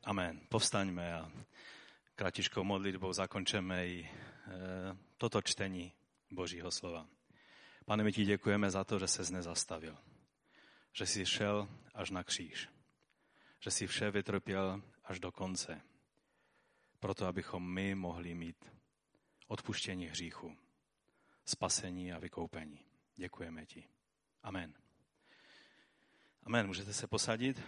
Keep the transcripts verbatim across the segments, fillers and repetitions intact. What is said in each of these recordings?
Amen. Povstaňme a kratičkou modlitbou zakončeme i e, toto čtení Božího slova. Pane, my ti děkujeme za to, že ses nezastavil. Že jsi šel až na kříž. Že jsi vše vytrpěl až do konce. Proto, abychom my mohli mít odpuštění hříchu, spasení a vykoupení. Děkujeme ti. Amen. Amen. Můžete se posadit?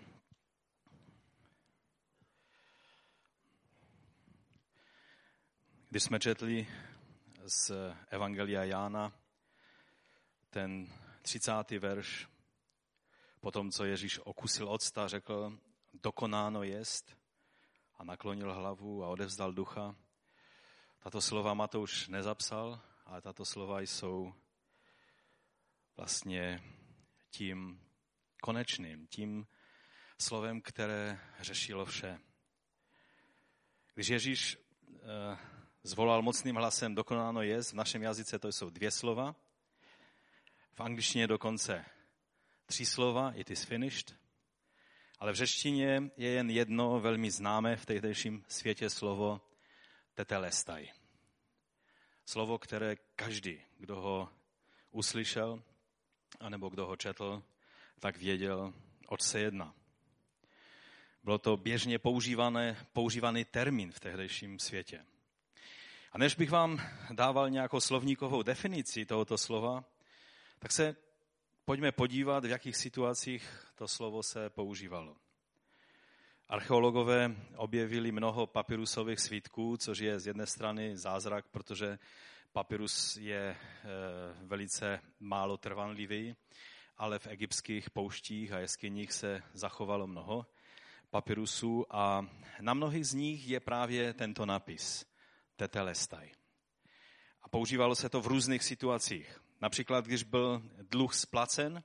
Když jsme četli z Evangelia Jána ten třicátý verš, potom, co Ježíš okusil octa, řekl, dokonáno jest, a naklonil hlavu a odevzdal ducha. Tato slova Matouš nezapsal, ale tato slova jsou vlastně tím konečným, tím slovem, které řešilo vše. Když Ježíš eh, zvolal mocným hlasem dokonáno jest, v našem jazyce to jsou dvě slova, v angličtině dokonce tři slova, it is finished, ale v řečtině je jen jedno velmi známé v tehdejším světě slovo tetelestai. Slovo, které každý, kdo ho uslyšel, anebo kdo ho četl, tak věděl, oč se jedná. Bylo to běžně používané, používaný termín v tehdejším světě. A než bych vám dával nějakou slovníkovou definici tohoto slova, tak se pojďme podívat, v jakých situacích to slovo se používalo. Archeologové objevili mnoho papyrusových svítků, což je z jedné strany zázrak, protože papyrus je velice málo trvanlivý, ale v egyptských pouštích a jeskyních se zachovalo mnoho papyrusů a na mnohých z nich je právě tento nápis tetelestai. A používalo se to v různých situacích. Například, když byl dluh splacen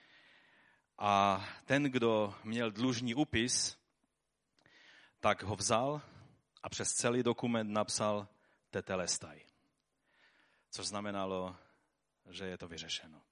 a ten, kdo měl dlužní úpis, tak ho vzal a přes celý dokument napsal tetelestai. Což znamenalo, že je to vyřešeno.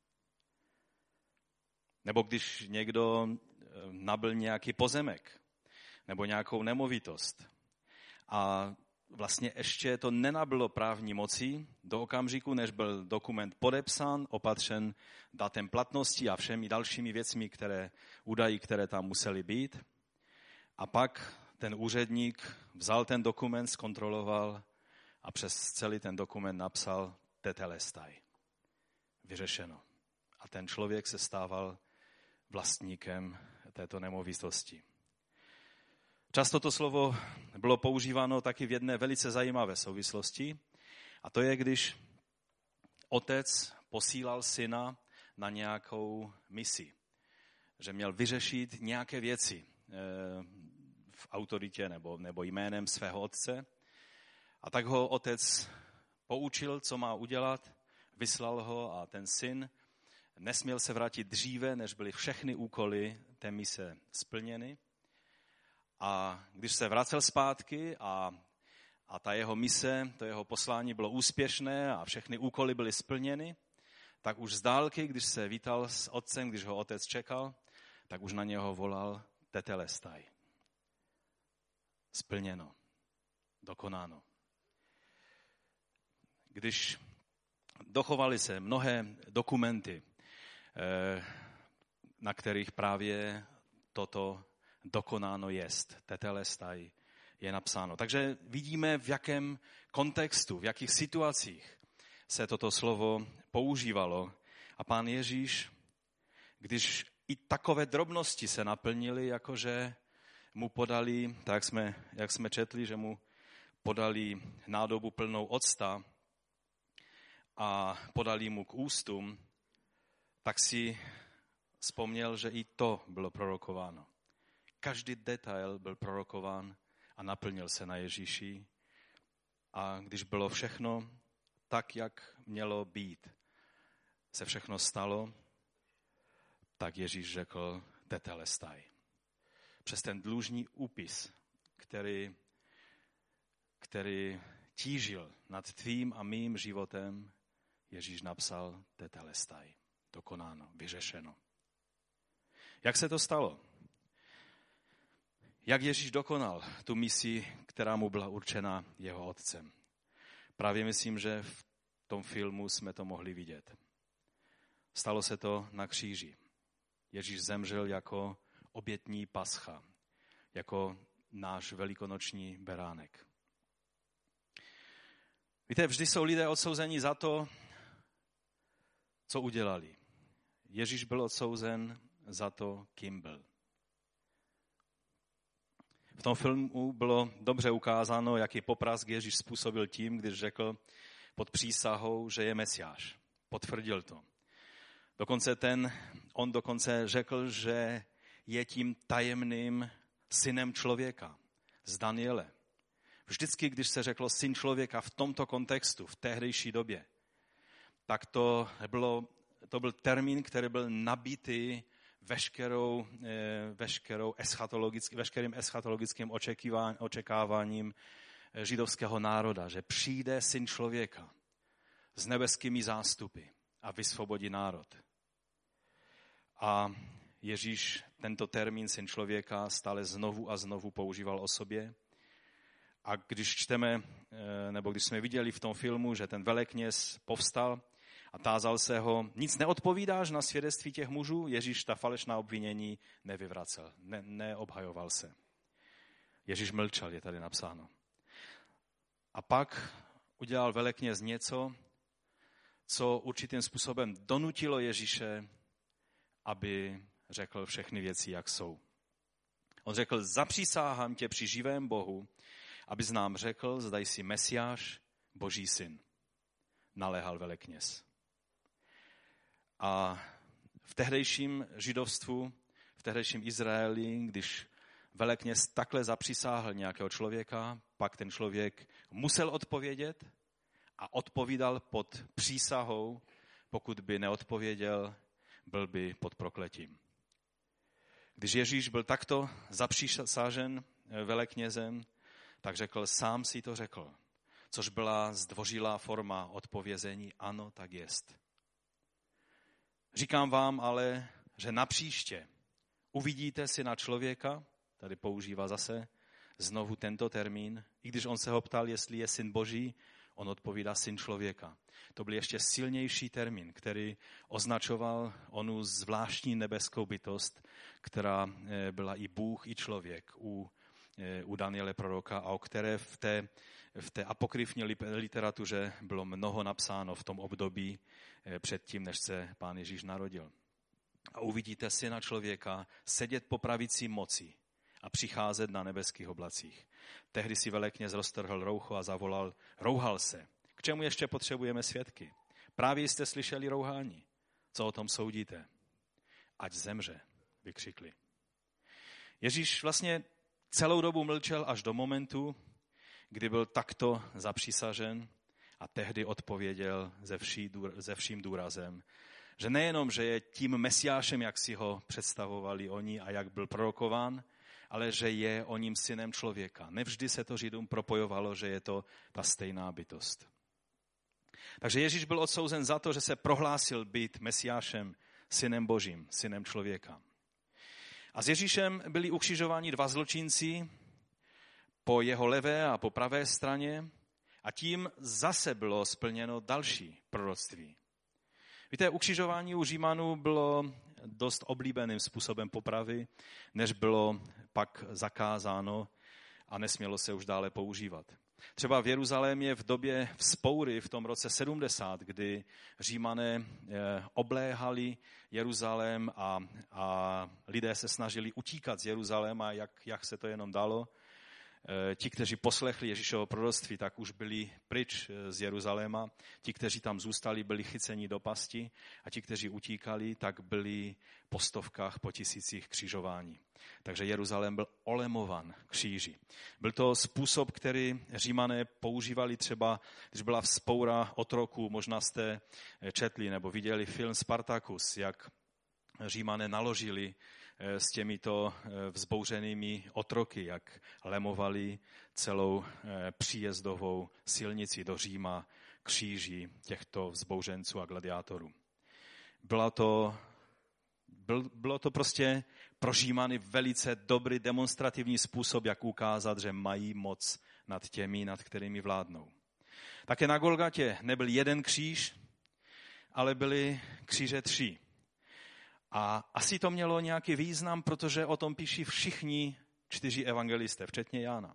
Nebo když někdo nabyl nějaký pozemek nebo nějakou nemovitost a vlastně ještě to nenabylo právní moci do okamžiku, než byl dokument podepsán, opatřen datem platnosti a všemi dalšími věcmi, které, údaji, které tam musely být. A pak ten úředník vzal ten dokument, zkontroloval a přes celý ten dokument napsal tetelestai. Vyřešeno. A ten člověk se stával vlastníkem této nemovitosti. Často to slovo bylo používáno taky v jedné velice zajímavé souvislosti, a to je, když otec posílal syna na nějakou misi, že měl vyřešit nějaké věci v autoritě nebo, nebo jménem svého otce, a tak ho otec poučil, co má udělat, vyslal ho a ten syn nesměl se vrátit dříve, než byly všechny úkoly té mise splněny. A když se vracel zpátky a, a ta jeho mise, to jeho poslání bylo úspěšné a všechny úkoly byly splněny, tak už z dálky, když se vítal s otcem, když ho otec čekal, tak už na něho volal tetelestai. Splněno, dokonáno. Když dochovaly se mnohé dokumenty, na kterých právě toto dokonáno jest, tetelestai je napsáno. Takže vidíme, v jakém kontextu, v jakých situacích se toto slovo používalo. A pán Ježíš, když i takové drobnosti se naplnily, jakože mu podali, tak jak jsme, jak jsme četli, že mu podali nádobu plnou octa a podali mu k ústům, tak si vzpomněl, že i to bylo prorokováno. Každý detail byl prorokován a naplnil se na Ježíši. A když bylo všechno tak, jak mělo být, se všechno stalo, tak Ježíš řekl tetelestai. Přes ten dlužní úpis, který, který tížil nad tvým a mým životem, Ježíš napsal tetelestai. Dokonáno, vyřešeno. Jak se to stalo? Jak Ježíš dokonal tu misi, která mu byla určena jeho otcem. Právě myslím, že v tom filmu jsme to mohli vidět. Stalo se to na kříži. Ježíš zemřel jako obětní pascha, jako náš velikonoční beránek. Víte, vždy jsou lidé odsouzeni za to, co udělali. Ježíš byl odsouzen za to, kým byl. V tom filmu bylo dobře ukázáno, jaký poprask Ježíš způsobil tím, když řekl pod přísahou, že je Mesiáš. Potvrdil to. Dokonce ten, on dokonce řekl, že je tím tajemným synem člověka z Daniele. Vždycky, když se řeklo syn člověka v tomto kontextu, v tehdejší době, tak to, bylo, to byl termín, který byl nabitý veškerou, veškerou eschatologický, veškerým eschatologickým očekáváním židovského národa, že přijde syn člověka s nebeskými zástupy a vysvobodí národ. A Ježíš tento termín syn člověka stále znovu a znovu používal o sobě. A když čteme, nebo když jsme viděli v tom filmu, že ten velekněz povstal a tázal se ho, nic neodpovídáš na svědectví těch mužů? Ježíš ta falešná obvinění nevyvracel, ne, neobhajoval se. Ježíš mlčel, je tady napsáno. A pak udělal velekněz něco, co určitým způsobem donutilo Ježíše, aby řekl všechny věci, jak jsou. On řekl, zapřísáhám tě při živém Bohu, abys nám řekl, zda jsi Mesiáš, Boží syn. Naléhal velekněz. A v tehdejším židovstvu, v tehdejším Izraeli, když velekněz takhle zapřísáhl nějakého člověka, pak ten člověk musel odpovědět a odpovídal pod přísahou, pokud by neodpověděl, byl by pod prokletím. Když Ježíš byl takto zapřísažen veleknězem, tak řekl, sám si to řekl, což byla zdvořilá forma odpovězení, ano, tak jest. Říkám vám ale, že napříště uvidíte syna člověka, tady používá zase znovu tento termín, i když on se ho ptal, jestli je syn Boží, on odpovídá syn člověka. To byl ještě silnější termín, který označoval onu zvláštní nebeskou bytost, která byla i Bůh, i člověk u, u Daniele proroka a o které v té, v té apokryfní literatuře bylo mnoho napsáno v tom období předtím, než se Pán Ježíš narodil. A uvidíte syna člověka sedět po pravici moci a přicházet na nebeských oblacích. Tehdy si velekněz roztrhl roucho a zavolal, rouhal se. K čemu ještě potřebujeme svědky? Právě jste slyšeli rouhání. Co o tom soudíte? Ať zemře, vykřikli. Ježíš vlastně celou dobu mlčel až do momentu, kdy byl takto zapřísažen a tehdy odpověděl ze, vší, ze vším důrazem, že nejenom, že je tím Mesiášem, jak si ho představovali oni a jak byl prorokován, ale že je o ním synem člověka. Nevždy se to Židům propojovalo, že je to ta stejná bytost. Takže Ježíš byl odsouzen za to, že se prohlásil být Mesiášem, synem Božím, synem člověka. A s Ježíšem byli ukřižováni dva zločinci po jeho levé a po pravé straně a tím zase bylo splněno další proroctví. Víte, ukřižování u Římanů bylo dost oblíbeným způsobem popravy, než bylo pak zakázáno a nesmělo se už dále používat. Třeba v Jeruzalémě v době vzpoury v tom roce sedmdesát, kdy Římané obléhali Jeruzalém a, a lidé se snažili utíkat z Jeruzaléma, jak, jak se to jenom dalo. Ti, kteří poslechli Ježíšovo proroctví, tak už byli pryč z Jeruzaléma. Ti, kteří tam zůstali, byli chyceni do pasti a ti, kteří utíkali, tak byli po stovkách, po tisících křižování. Takže Jeruzalém byl olemovan kříži. Byl to způsob, který Římané používali třeba, když byla vzpoura otroků. Možná jste četli nebo viděli film Spartacus, jak Římané naložili s těmito vzbouřenými otroky, jak lemovali celou příjezdovou silnici do Říma kříží těchto vzbouřenců a gladiátorů. Bylo to, byl, bylo to prostě pro Římany velice dobrý demonstrativní způsob, jak ukázat, že mají moc nad těmi, nad kterými vládnou. Také na Golgatě nebyl jeden kříž, ale byly kříže tři. A asi to mělo nějaký význam, protože o tom píší všichni čtyři evangelisté, včetně Jána.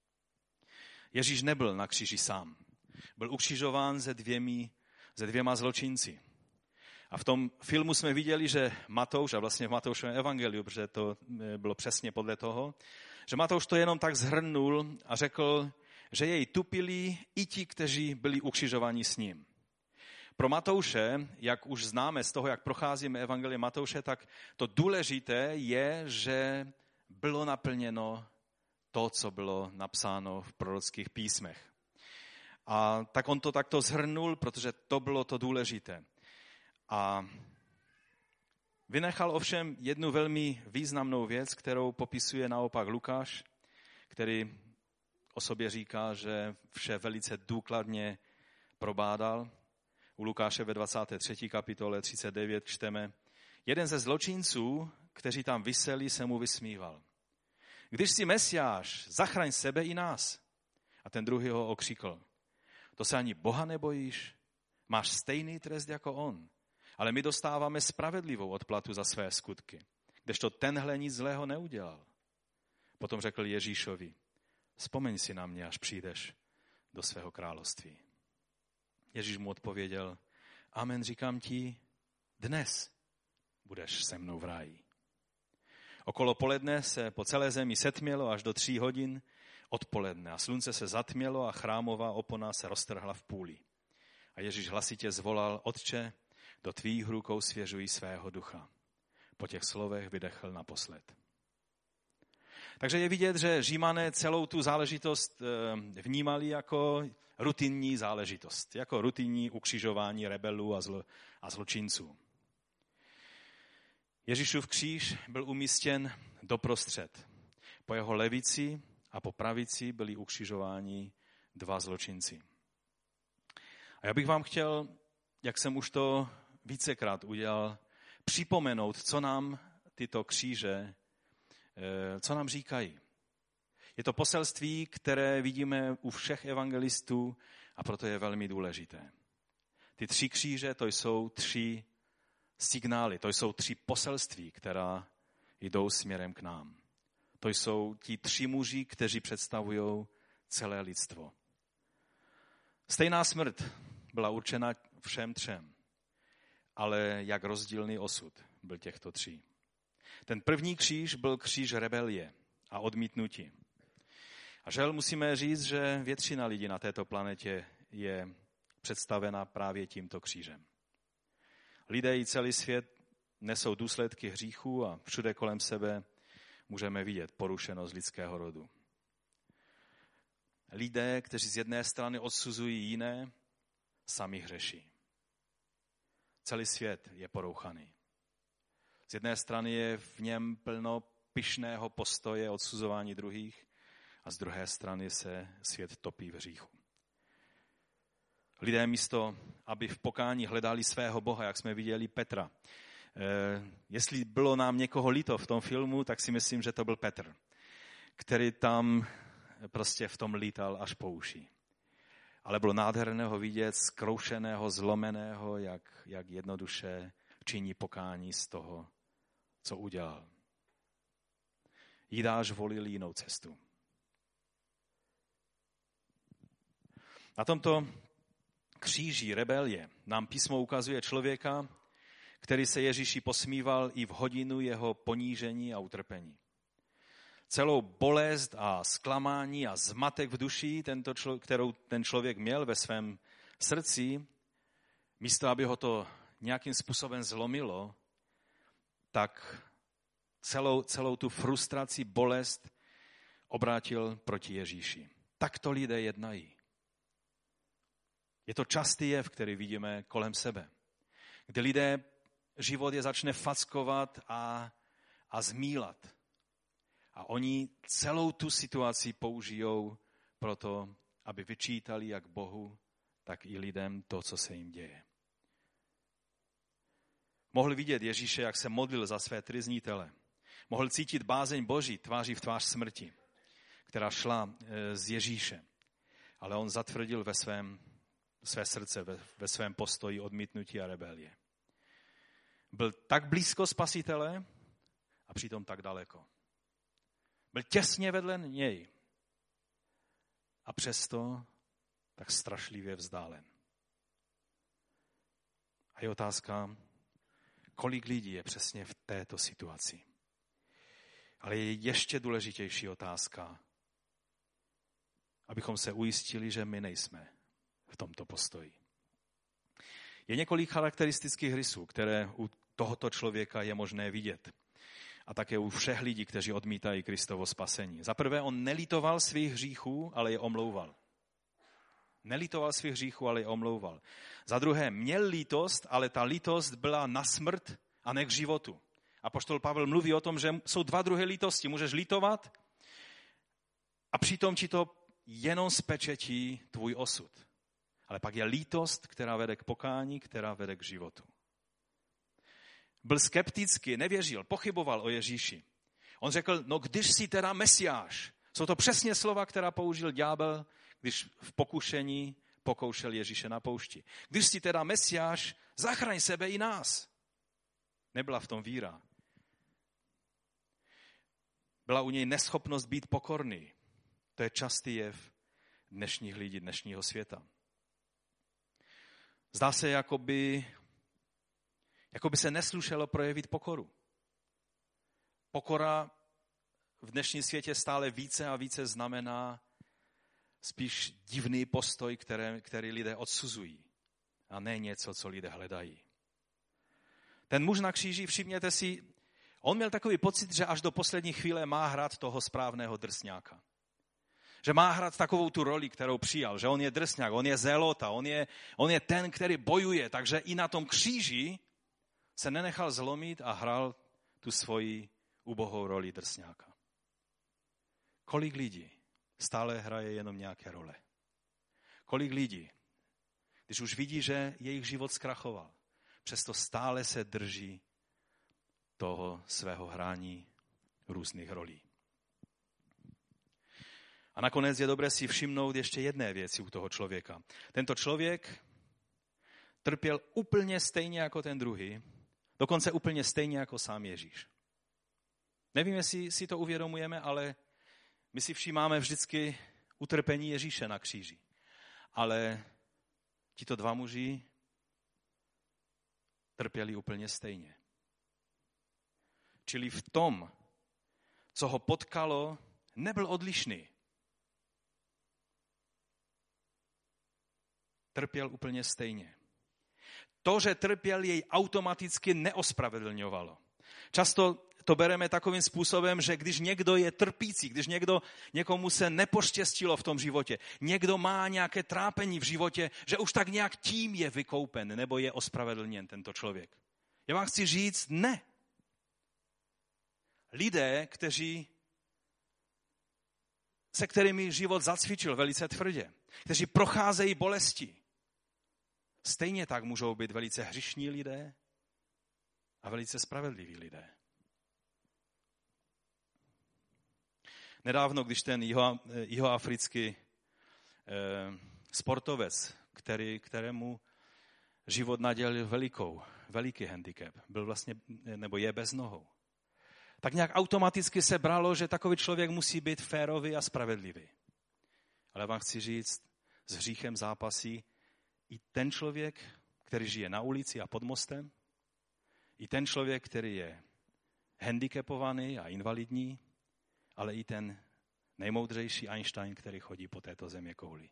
Ježíš nebyl na kříži sám. Byl ukřižován se, dvěmi, se dvěma zločinci. A v tom filmu jsme viděli, že Matouš, a vlastně v Matoušovém evangeliu, protože to bylo přesně podle toho, že Matouš to jenom tak zhrnul a řekl, že jej tupili i ti, kteří byli ukřižováni s ním. Pro Matouše, jak už známe z toho, jak procházíme evangeliem Matouše, tak to důležité je, že bylo naplněno to, co bylo napsáno v prorockých písmech. A tak on to takto zhrnul, protože to bylo to důležité. A vynechal ovšem jednu velmi významnou věc, kterou popisuje naopak Lukáš, který o sobě říká, že vše velice důkladně probádal. U Lukáše ve dvacáté třetí kapitole třicet devět čteme: jeden ze zločinců, kteří tam viseli, se mu vysmíval. Když jsi Mesiáš, zachraň sebe i nás. A ten druhý ho okřikl. To se ani Boha nebojíš? Máš stejný trest jako on. Ale my dostáváme spravedlivou odplatu za své skutky. Kdežto tenhle nic zlého neudělal. Potom řekl Ježíšovi: vzpomeň si na mě, až přijdeš do svého království. Ježíš mu odpověděl: amen, říkám ti, dnes budeš se mnou v ráji. Okolo poledne se po celé zemi setmělo až do tří hodin odpoledne a slunce se zatmělo a chrámová opona se roztrhla v půli. A Ježíš hlasitě zvolal: Otče, do tvých rukou svěřuji svého ducha. Po těch slovech vydechl naposled. Takže je vidět, že Římané celou tu záležitost vnímali jako rutinní záležitost, jako rutinní ukřižování rebelů a, zlo, a zločinců. Ježíšův kříž byl umístěn doprostřed. Po jeho levici a po pravici byli ukřižováni dva zločinci. A já bych vám chtěl, jak jsem už to vícekrát udělal, připomenout, co nám tyto kříže, co nám říkají. Je to poselství, které vidíme u všech evangelistů a proto je velmi důležité. Ty tři kříže, to jsou tři signály, to jsou tři poselství, která jdou směrem k nám. To jsou ti tři muži, kteří představují celé lidstvo. Stejná smrt byla určena všem třem, ale jak rozdílný osud byl těchto tří. Ten první kříž byl kříž rebelie a odmítnutí. A žel musíme říct, že většina lidí na této planetě je představena právě tímto křížem. Lidé i celý svět nesou důsledky hříchu a všude kolem sebe můžeme vidět porušenost lidského rodu. Lidé, kteří z jedné strany odsuzují jiné, sami hřeší. Celý svět je porouchaný. Z jedné strany je v něm plno pyšného postoje odsuzování druhých a z druhé strany se svět topí v hříchu. Lidé místo, aby v pokání hledali svého Boha, jak jsme viděli Petra. E, jestli bylo nám někoho líto v tom filmu, tak si myslím, že to byl Petr, který tam prostě v tom lítal až po uši. Ale bylo nádherného vidět, zkroušeného, zlomeného, jak, jak jednoduše činí pokání z toho, co udělal. Jidáš volil jinou cestu. Na tomto kříži rebelie nám písmo ukazuje člověka, který se Ježíši posmíval i v hodinu jeho ponížení a utrpení. Celou bolest a zklamání a zmatek v duši, tento člo, kterou ten člověk měl ve svém srdci, místo aby ho to nějakým způsobem zlomilo, tak celou, celou tu frustraci, bolest obrátil proti Ježíši. Takto lidé jednají. Je to častý jev, který vidíme kolem sebe. Kdy lidé život je začne fackovat a, a zmílat. A oni celou tu situaci použijou proto, aby vyčítali jak Bohu, tak i lidem to, co se jim děje. Mohli vidět Ježíše, jak se modlil za své tryznitele. Mohl cítit bázeň Boží tváří v tvář smrti, která šla z Ježíše. Ale on zatvrdil ve svém, své srdce, ve, ve svém postoji odmítnutí a rebelie. Byl tak blízko Spasitele a přitom tak daleko. Byl těsně vedle něj a přesto tak strašlivě vzdálen. A je otázka, kolik lidí je přesně v této situaci. Ale je ještě důležitější otázka, abychom se ujistili, že my nejsme v tomto postoji. Je několik charakteristických rysů, které u tohoto člověka je možné vidět. A také u všech lidí, kteří odmítají Kristovo spasení. Za prvé, on nelitoval svých hříchů, ale je omlouval. Nelitoval svých hříchů, ale je omlouval. Za druhé, měl lítost, ale ta lítost byla na smrt a ne k životu. Apoštol Pavel mluví o tom, že jsou dva druhy lítosti. Můžeš litovat a přitom ti to jenom spečetí tvůj osud. Ale pak je lítost, která vede k pokání, která vede k životu. Byl skeptický, nevěřil, pochyboval o Ježíši. On řekl, no když jsi teda Mesiáš. Jsou to přesně slova, která použil ďábel, když v pokušení pokoušel Ježíše na poušti. Když jsi teda Mesiáš, zachraň sebe i nás. Nebyla v tom víra. Byla u něj neschopnost být pokorný. To je častý jev dnešních lidí, dnešního světa. Zdá se, jako by, jako by se neslušelo projevit pokoru. Pokora v dnešním světě stále více a více znamená spíš divný postoj, které, který lidé odsuzují. A ne něco, co lidé hledají. Ten muž na kříži, všimněte si, on měl takový pocit, že až do poslední chvíle má hrát toho správného drsňáka. Že má hrát takovou tu roli, kterou přijal. Že on je drsňák, on je zélota, on je, on je ten, který bojuje. Takže i na tom kříži se nenechal zlomit a hrál tu svoji ubohou roli drsňáka. Kolik lidí stále hraje jenom nějaké role? Kolik lidí, když už vidí, že jejich život zkrachoval, přesto stále se drží toho svého hrání různých rolí. A nakonec je dobré si všimnout ještě jedné věci u toho člověka. Tento člověk trpěl úplně stejně jako ten druhý, dokonce úplně stejně jako sám Ježíš. Nevím, jestli si to uvědomujeme, ale my si všímáme vždycky utrpení Ježíše na kříži. Ale tito dva muži trpěli úplně stejně. Čili v tom, co ho potkalo, nebyl odlišný. Trpěl úplně stejně. To, že trpěl, jej automaticky neospravedlňovalo. Často to bereme takovým způsobem, že když někdo je trpící, když někdo, někomu se nepoštěstilo v tom životě, někdo má nějaké trápení v životě, že už tak nějak tím je vykoupen nebo je ospravedlněn tento člověk. Já vám chci říct, ne. Lidé, kteří, se kterými život zacvičil velice tvrdě, kteří procházejí bolesti, stejně tak můžou být velice hříšní lidé a velice spravedliví lidé. Nedávno, když ten jiho, jihoafrický eh, sportovec, který, kterému život nadělil velikou, veliký handicap, byl vlastně, nebo je bez nohou, tak nějak automaticky se bralo, že takový člověk musí být férový a spravedlivý. Ale vám chci říct, s hříchem zápasí i ten člověk, který žije na ulici a pod mostem, i ten člověk, který je handicapovaný a invalidní, ale i ten nejmoudřejší Einstein, který chodí po této země kouli.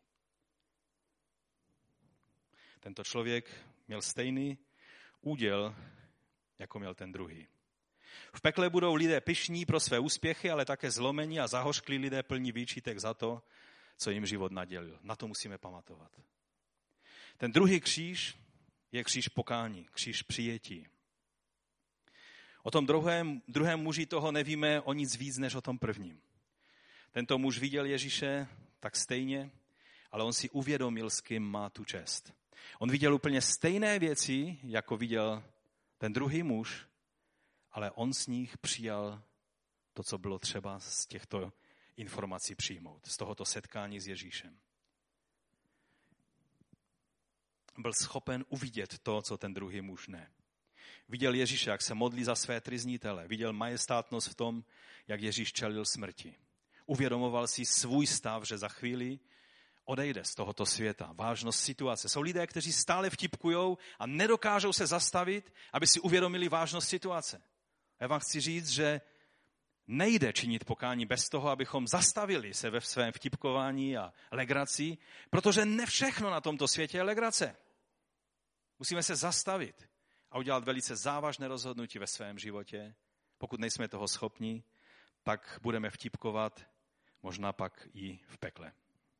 Tento člověk měl stejný úděl, jako měl ten druhý. V pekle budou lidé pyšní pro své úspěchy, ale také zlomení a zahořklí lidé plní výčitek za to, co jim život nadělil. Na to musíme pamatovat. Ten druhý kříž je kříž pokání, kříž přijetí. O tom druhém, druhém muži toho nevíme o nic víc, než o tom prvním. Tento muž viděl Ježíše tak stejně, ale on si uvědomil, s kým má tu čest. On viděl úplně stejné věci, jako viděl ten druhý muž, ale on z nich přijal to, co bylo třeba z těchto informací přijmout, z tohoto setkání s Ježíšem. Byl schopen uvidět to, co ten druhý muž ne. Viděl Ježíše, jak se modlí za své tryznitele. Viděl majestátnost v tom, jak Ježíš čelil smrti. Uvědomoval si svůj stav, že za chvíli odejde z tohoto světa. Vážnost situace. Jsou lidé, kteří stále vtipkujou a nedokážou se zastavit, aby si uvědomili vážnost situace. Já vám chci říct, že nejde činit pokání bez toho, abychom zastavili se ve svém vtipkování a legraci, protože ne všechno na tomto světě je legrace. Musíme se zastavit a udělat velice závažné rozhodnutí ve svém životě. Pokud nejsme toho schopni, tak budeme vtipkovat, možná pak i v pekle.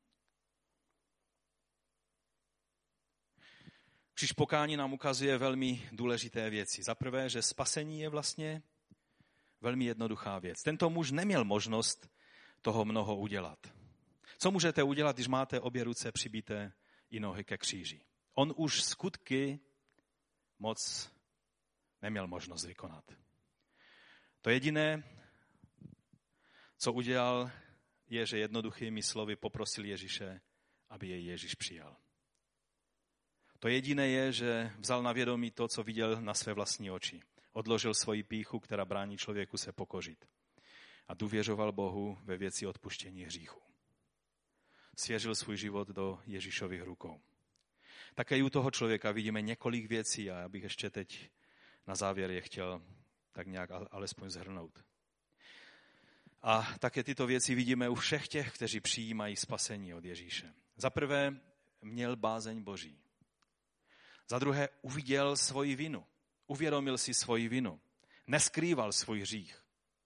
Kříž pokání nám ukazuje velmi důležité věci. Za prvé, že spasení je vlastně velmi jednoduchá věc. Tento muž neměl možnost toho mnoho udělat. Co můžete udělat, když máte obě ruce přibité i nohy ke kříži? On už skutky moc neměl možnost vykonat. To jediné, co udělal, je, že jednoduchými slovy poprosil Ježíše, aby jej Ježíš přijal. To jediné je, že vzal na vědomí to, co viděl na své vlastní oči. Odložil svoji pýchu, která brání člověku se pokořit. A důvěřoval Bohu ve věci odpuštění hříchu. Svěřil svůj život do Ježíšových rukou. Také i u toho člověka vidíme několik věcí a já bych ještě teď na závěr je chtěl tak nějak alespoň shrnout. A také tyto věci vidíme u všech těch, kteří přijímají spasení od Ježíše. Za prvé měl bázeň Boží. Za druhé uviděl svoji vinu. Uvědomil si svoji vinu. Neskrýval svůj hřích.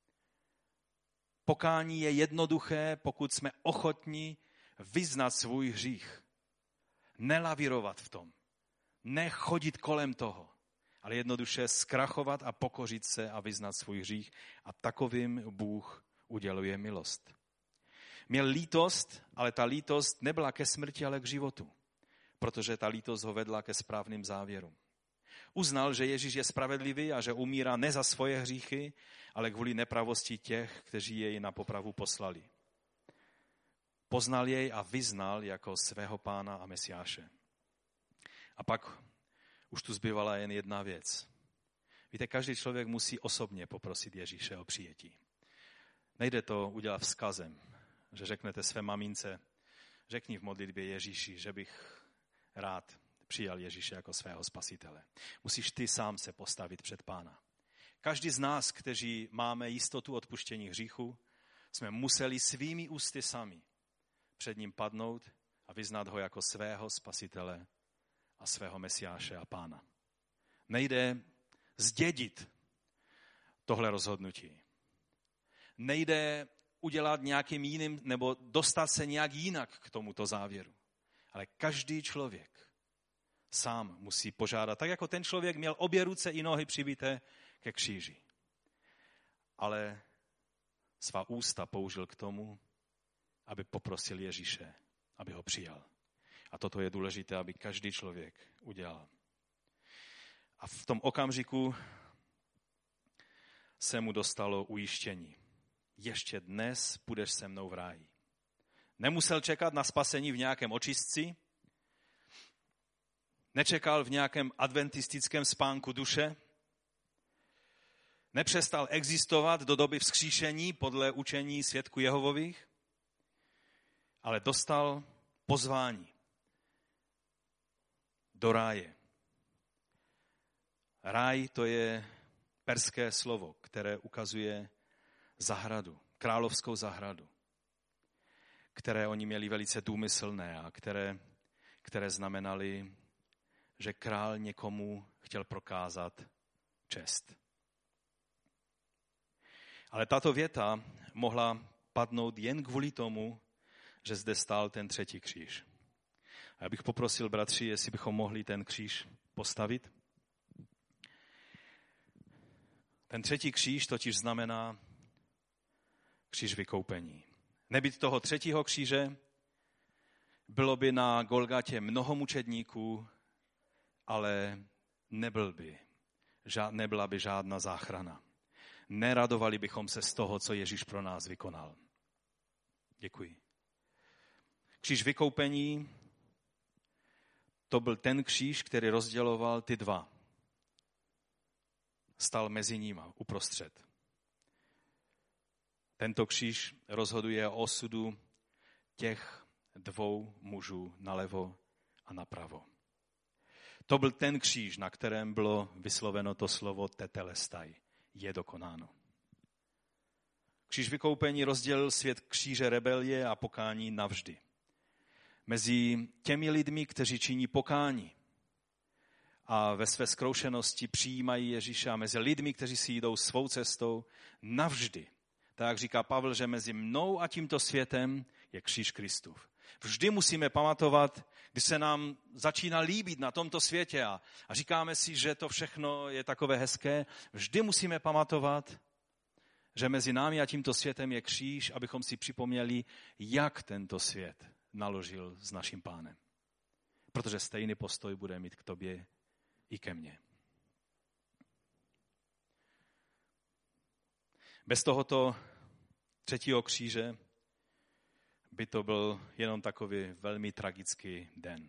Pokání je jednoduché, pokud jsme ochotní vyznat svůj hřích. Nelavírovat v tom. Nechodit kolem toho. Ale jednoduše zkrachovat a pokořit se a vyznat svůj hřích. A takovým Bůh uděluje milost. Měl lítost, ale ta lítost nebyla ke smrti, ale k životu. Protože ta lítost ho vedla ke správným závěrům. Uznal, že Ježíš je spravedlivý a že umírá ne za svoje hříchy, ale kvůli nepravosti těch, kteří jej na popravu poslali. Poznal jej a vyznal jako svého pána a mesiáše. A pak už tu zbyvala jen jedna věc. Víte, každý člověk musí osobně poprosit Ježíše o přijetí. Nejde to udělat vzkazem, že řeknete své mamince, řekni v modlitbě Ježíši, že bych rád přijal Ježíše jako svého spasitele. Musíš ty sám se postavit před Pána. Každý z nás, kteří máme jistotu odpuštění hříchu, jsme museli svými ústy sami před ním padnout a vyznat ho jako svého spasitele a svého mesiáše a Pána. Nejde zdědit tohle rozhodnutí. Nejde udělat nějakým jiným nebo dostat se nějak jinak k tomuto závěru. Ale každý člověk sám musí požádat, tak jako ten člověk měl obě ruce i nohy přibité ke kříži. Ale svá ústa použil k tomu, aby poprosil Ježíše, aby ho přijal. A toto je důležité, aby každý člověk udělal. A v tom okamžiku se mu dostalo ujištění. Ještě dnes budeš se mnou v ráji. Nemusel čekat na spasení v nějakém očistci, nečekal v nějakém adventistickém spánku duše, nepřestal existovat do doby vzkříšení podle učení svědků Jehovových, ale dostal pozvání do ráje. Ráj to je perské slovo, které ukazuje zahradu, královskou zahradu, které oni měli velice důmyslné a které, které znamenaly, že král někomu chtěl prokázat čest. Ale tato věta mohla padnout jen kvůli tomu, že zde stál ten třetí kříž. A já bych poprosil, bratři, jestli bychom mohli ten kříž postavit. Ten třetí kříž totiž znamená kříž vykoupení. Nebýt toho třetího kříže, bylo by na Golgatě mnoho mučedníků, ale nebyl by, nebyla by žádná záchrana. neradovali bychom se z toho, co Ježíš pro nás vykonal. Děkuji. Kříž vykoupení, to byl ten kříž, který rozděloval ty dva. Stal mezi nimi uprostřed. Tento kříž rozhoduje o osudu těch dvou mužů nalevo a napravo. To byl ten kříž, na kterém bylo vysloveno to slovo tetelestai. Je dokonáno. Kříž vykoupení rozdělil svět kříže rebelie a pokání navždy. Mezi těmi lidmi, kteří činí pokání a ve své zkroušenosti přijímají Ježíše, a mezi lidmi, kteří si jdou svou cestou navždy. Tak jak říká Pavel, že mezi mnou a tímto světem je kříž Kristův. Vždy musíme pamatovat, když se nám začíná líbit na tomto světě a, a říkáme si, že to všechno je takové hezké, vždy musíme pamatovat, že mezi námi a tímto světem je kříž, abychom si připomněli, jak tento svět naložil s naším Pánem. Protože stejný postoj bude mít k tobě i ke mně. Bez tohoto třetího kříže by to byl jenom takový velmi tragický den.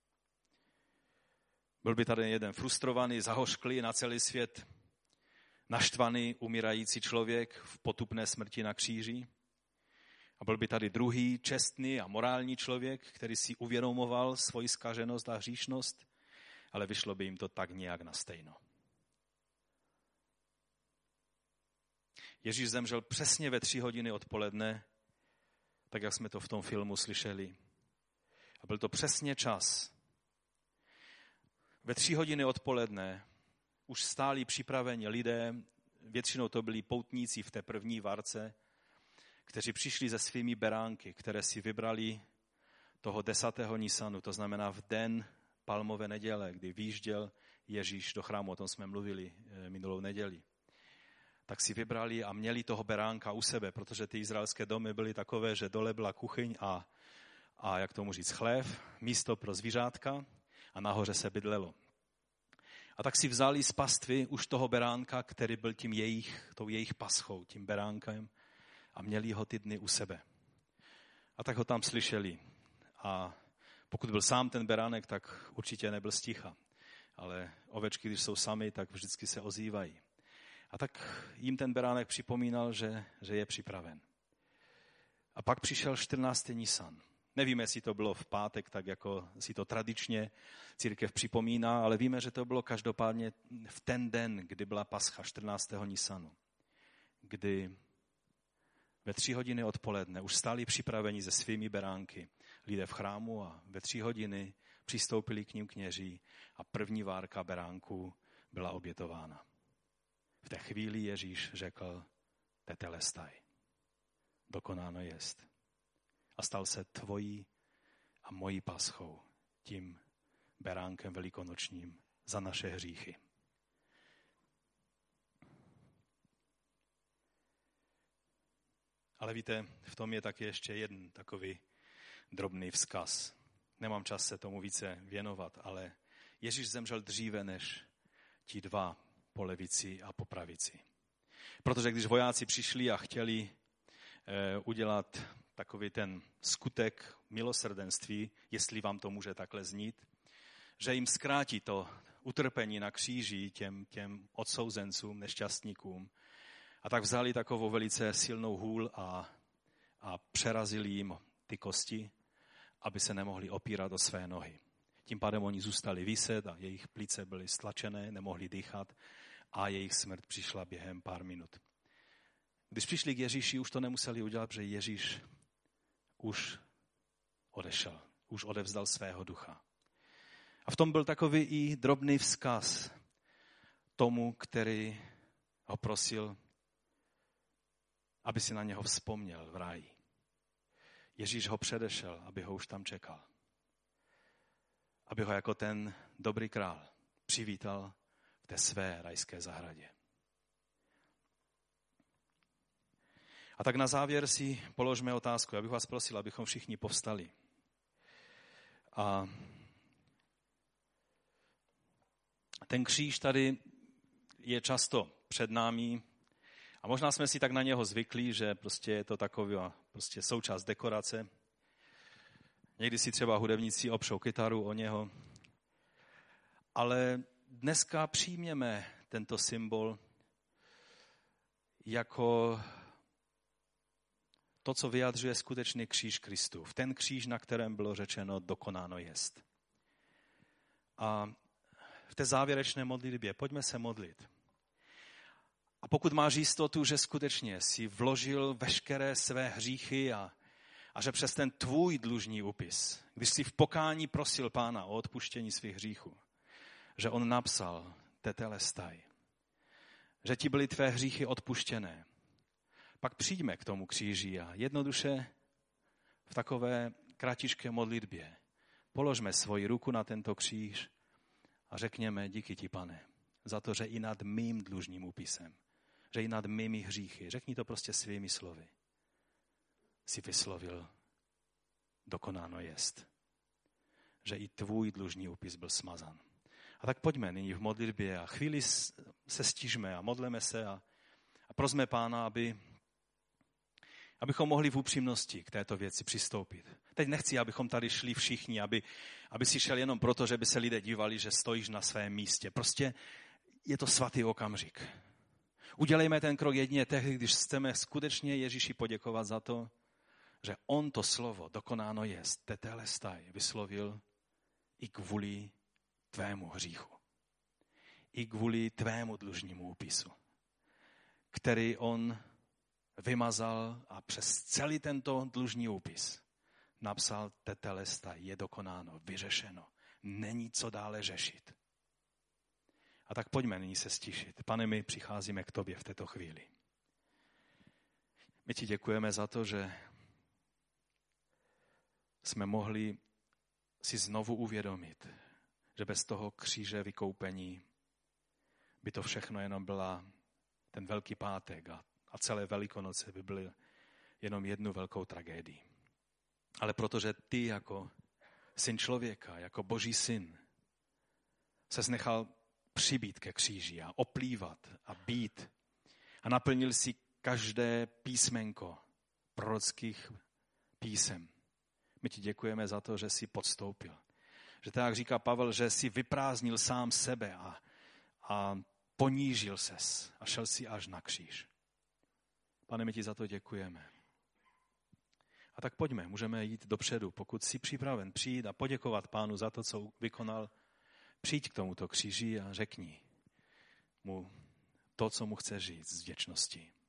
Byl by tady jeden frustrovaný, zahořklý na celý svět, naštvaný, umírající člověk v potupné smrti na kříži. A byl by tady druhý, čestný a morální člověk, který si uvědomoval svoji zkaženost a hříšnost, ale vyšlo by jim to tak nějak na stejno. Ježíš zemřel přesně ve tři hodiny odpoledne, tak jak jsme to v tom filmu slyšeli. A byl to přesně čas. Ve tři hodiny odpoledne už stáli připraveni lidé, většinou to byli poutníci v té první varce, kteří přišli se svými beránky, které si vybrali toho desátého Nisanu, to znamená v den Palmové neděle, kdy vyjížděl Ježíš do chrámu, o tom jsme mluvili minulou neděli. Tak si vybrali a měli toho beránka u sebe, protože ty izraelské domy byly takové, že dole byla kuchyň a, a jak tomu říct, chlév, místo pro zvířátka a nahoře se bydlelo. A tak si vzali z pastvy už toho beránka, který byl tím jejich, tou jejich paschou, tím beránkem, a měli ho ty dny u sebe. A tak ho tam slyšeli. A pokud byl sám ten beránek, tak určitě nebyl sticha. Ale ovečky, když jsou sami, tak vždycky se ozývají. A tak jim ten beránek připomínal, že, že je připraven. A pak přišel čtrnáctý Nisan. Nevíme, jestli to bylo v pátek, tak jako si to tradičně církev připomíná, ale víme, že to bylo každopádně v ten den, kdy byla pascha, čtrnáctého Nisanu. Kdy ve tři hodiny odpoledne už stáli připraveni se svými beránky lidé v chrámu a ve tři hodiny přistoupili k ním kněží a první várka beránků byla obětována. V té chvíli Ježíš řekl tetelestai. Dokonáno jest. A stal se tvojí a mojí paschou, tím beránkem velikonočním za naše hříchy. Ale víte, v tom je taky ještě jeden takový drobný vzkaz. Nemám čas se tomu více věnovat, ale Ježíš zemřel dříve než ti dva po levici a po pravici. Protože když vojáci přišli a chtěli eh, udělat takový ten skutek milosrdenství, jestli vám to může takhle znít, že jim zkrátí to utrpení na kříži těm, těm odsouzencům, nešťastníkům. A tak vzali takovou velice silnou hůl a, a přerazili jim ty kosti, aby se nemohli opírat o své nohy. Tím pádem oni zůstali viset a jejich plíce byly stlačené, nemohli dýchat a jejich smrt přišla během pár minut. Když přišli k Ježíši, už to nemuseli udělat, protože Ježíš už odešel, už odevzdal svého ducha. A v tom byl takový i drobný vzkaz tomu, který ho prosil, aby si na něho vzpomněl v ráji. Ježíš ho předešel, aby ho už tam čekal. Aby ho jako ten dobrý král přivítal v té své rajské zahradě. A tak na závěr si položme otázku. Já bych vás prosil, abychom všichni povstali. A ten kříž tady je často před námi A možná jsme si tak na něho zvykli, že prostě je to taková prostě součást dekorace. Někdy si třeba hudebníci opřou kytaru o něho. Ale dneska přijměme tento symbol jako to, co vyjadřuje skutečný kříž Kristův. Ten kříž, na kterém bylo řečeno, dokonáno jest. A v té závěrečné modlitbě pojďme se modlit. A pokud máš jistotu, že skutečně si vložil veškeré své hříchy a, a že přes ten tvůj dlužní úpis, když jsi v pokání prosil Pána o odpuštění svých hříchů, že on napsal tetelestai, že ti byly tvé hříchy odpuštěné, pak přijďme k tomu kříži a jednoduše v takové kratičké modlitbě položme svoji ruku na tento kříž a řekněme díky ti, Pane, za to, že i nad mým dlužním úpisem, že i nad mými hříchy, řekni to prostě svými slovy, si vyslovil, dokonáno jest. Že i tvůj dlužní úpis byl smazan. A tak pojďme nyní v modlitbě a chvíli se stížme a modleme se a, a prosme Pána, aby, abychom mohli v upřímnosti k této věci přistoupit. Teď nechci, abychom tady šli všichni, aby, aby si šel jenom proto, že by se lidé dívali, že stojíš na svém místě. Prostě je to svatý okamžik. Udělejme ten krok jedině tehdy, když chceme skutečně Ježíši poděkovat za to, že on to slovo dokonáno jest, tetelestai, vyslovil i kvůli tvému hříchu. I kvůli tvému dlužnímu úpisu, který on vymazal a přes celý tento dlužní úpis napsal tetelestai, je dokonáno, vyřešeno. Není co dále řešit. A tak pojďme nyní se stišit. Pane, my přicházíme k tobě v této chvíli. My ti děkujeme za to, že jsme mohli si znovu uvědomit, že bez toho kříže vykoupení by to všechno jenom byla ten Velký pátek a, a celé Velikonoce by byly jenom jednu velkou tragédii. Ale protože ty jako syn člověka, jako Boží syn, ses nechal přibít ke kříži a oplývat a být a naplnil si každé písmenko prorockých písem. My ti děkujeme za to, že jsi podstoupil. Že tak říká Pavel, že jsi vyprázdnil sám sebe a, a ponížil ses a šel si až na kříž. Pane, my ti za to děkujeme. A tak pojďme, můžeme jít dopředu. Pokud jsi připraven přijít a poděkovat Pánu za to, co vykonal, přijď k tomuto kříži a řekni mu to, co mu chce říct z vděčnosti.